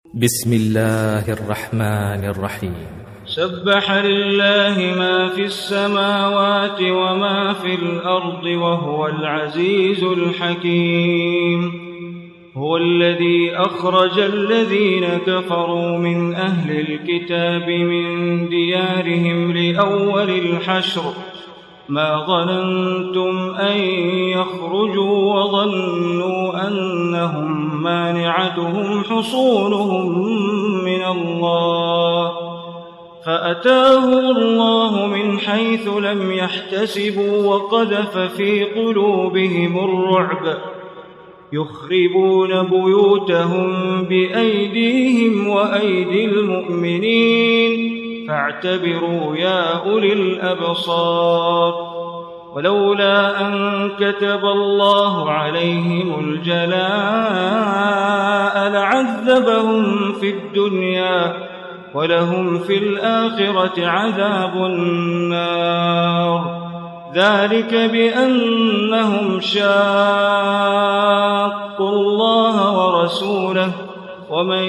بسم الله الرحمن الرحيم. سبح لله ما في السماوات وما في الأرض وهو العزيز الحكيم. هو الذي أخرج الذين كفروا من أهل الكتاب من ديارهم لأول الحشر ما ظننتم أن يخرجوا وظنوا أنهم مانعتهم حصونهم من الله فأتاهم الله من حيث لم يحتسبوا وقذف في قلوبهم الرعب يخربون بيوتهم بأيديهم وأيدي المؤمنين فاعتبروا يا أولي الأبصار. ولولا أن كتب الله عليهم الجلاء لعذبهم في الدنيا ولهم في الآخرة عذاب النار. ذلك بأنهم شاقوا الله ورسوله ومن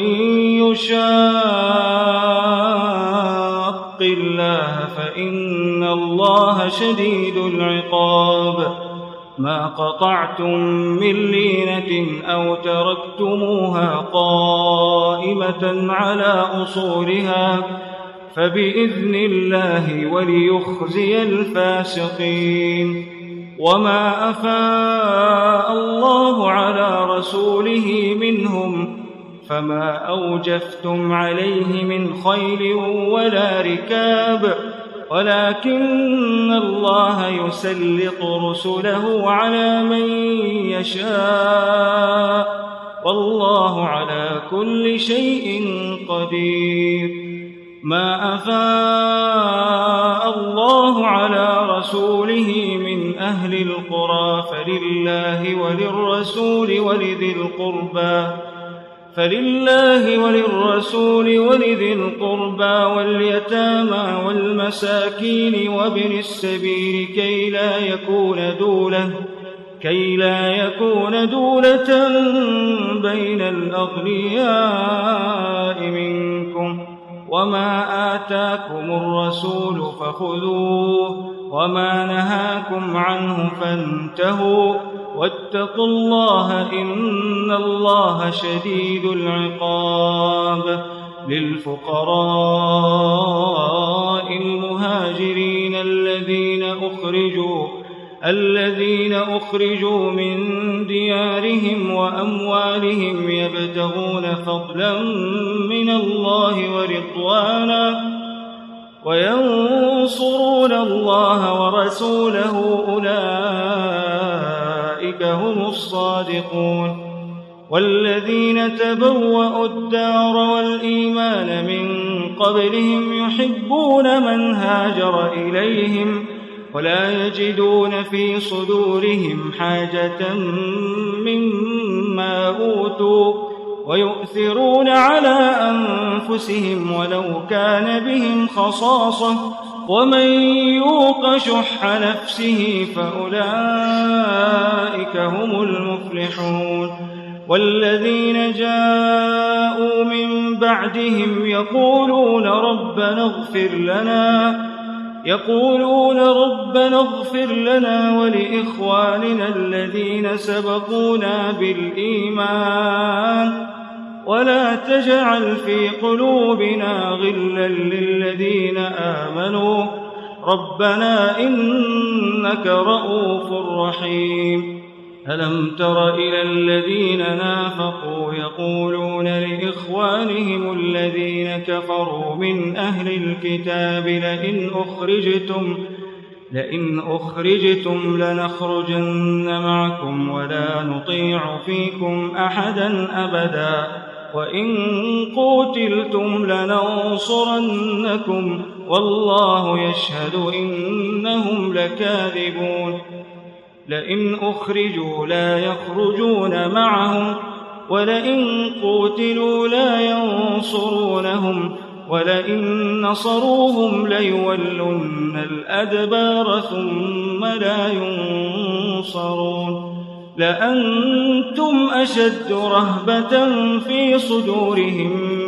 يشاق الله فإن الله شديد العقاب. ما قطعتم من لينة أو تركتموها قائمة على أصولها فبإذن الله وليخزي الفاسقين. وما أفاء الله على رسوله منهم فما أوجفتم عليه من خيل ولا ركاب ولكن الله يسلط رسله على من يشاء والله على كل شيء قدير. ما أفاء الله على رسوله من أهل القرى فلله وللرسول ولذي القربى واليتامى والمساكين وابن السبيل كي لا يكون دولة بين الأغنياء منكم. وما آتاكم الرسول فخذوه وما نهاكم عنه فانتهوا واتقوا الله إن الله شديد العقاب. للفقراء المهاجرين الذين أخرجوا من ديارهم وأموالهم يبتغون فضلا من الله ورضوانا وينصرون الله ورسوله أولئك هم الصادقون. والذين تبوأوا الدار والإيمان من قبلهم يحبون من هاجر إليهم ولا يجدون في صدورهم حاجة مما أوتوا ويؤثرون على أنفسهم ولو كان بهم خصاصة ومن يوق شح نفسه فأولئك هم المفلحون. والذين جاءوا من بعدهم يقولون ربنا اغفر لنا ولإخواننا الذين سبقونا بالإيمان ولا تجعل في قلوبنا غلا للذين آمنوا ربنا إنك رؤوف رحيم. ألم تر إلى الذين نافقوا يقولون لإخوانهم الذين كفروا من أهل الكتاب لئن أخرجتم لنخرجن معكم ولا نطيع فيكم أحدا أبدا وإن قوتلتم لننصرنكم والله يشهد إنهم لكاذبون. لئن أخرجوا لا يخرجون معهم ولئن قوتلوا لا ينصرونهم ولئن نصروهم ليولن الأدبار ثم لا ينصرون. لأنتم أشد رهبة في صدورهم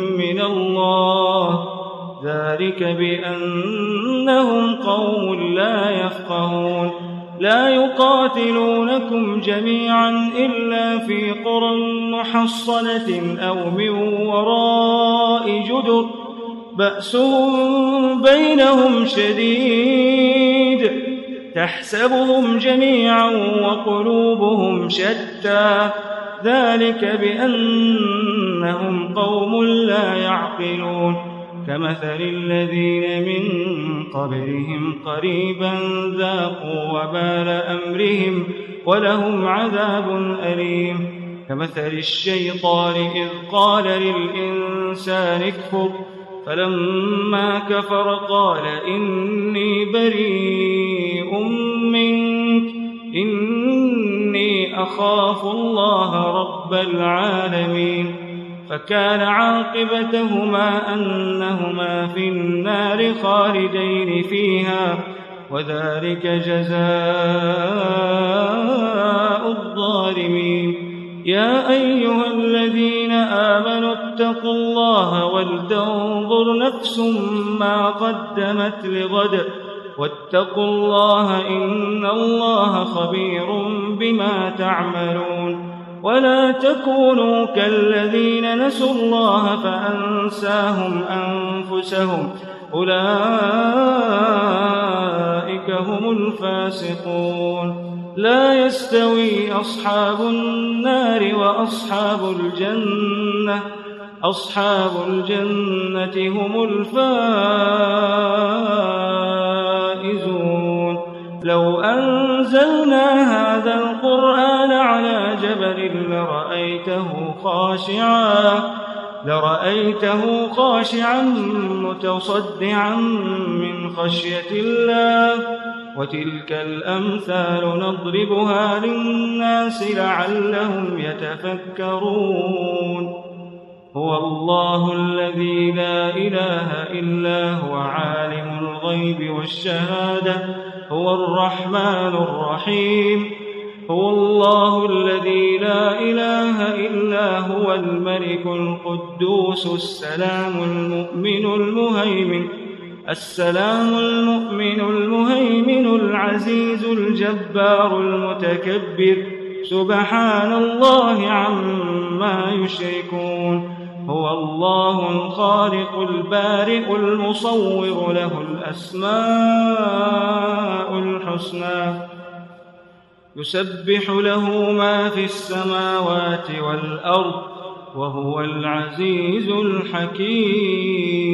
الله ذلك بأنهم قوم لا يفقهون لا يقاتلونكم جميعا إلا في قرى محصنة أو من وراء جدر بأسهم بينهم شديد تحسبهم جميعا وقلوبهم شتى ذلك بأنهم قوم لا يعقلون كمثل الذين من قبلهم قريبا ذاقوا وبال أمرهم ولهم عذاب أليم كمثل الشيطان إذ قال للإنسان اكفر فلما كفر قال إني بريء منك إني أخاف الله رب العالمين فكان عاقبتهما أنهما في النار خالدين فيها وذلك جزاء الظالمين يا أيها الذين آمنوا اتقوا الله ولتنظر نفس ما قدمت لغد واتقوا الله إن الله خبير بما تعملون ولا تكونوا كالذين نسوا الله فأنساهم أنفسهم أولئك هم الفاسقون لا يستوي أصحاب النار وأصحاب الجنة أصحاب الجنة هم الفائزون لو أنزلنا هذا القرآن على جبل لرأيته خاشعا متصدعا من خشية الله وتلك الأمثال نضربها للناس لعلهم يتفكرون هو الله الذي لا إله إلا هو عالم الغيب والشهادة هو الرحمن الرحيم هو الله الذي لا إله إلا هو الملك القدوس السلام المؤمن المهيمن العزيز الجبار المتكبر سبحان الله عما يشركون هو الله الخالق البارئ المصور له الأسماء الحسنى يسبح له ما في السماوات والأرض وهو العزيز الحكيم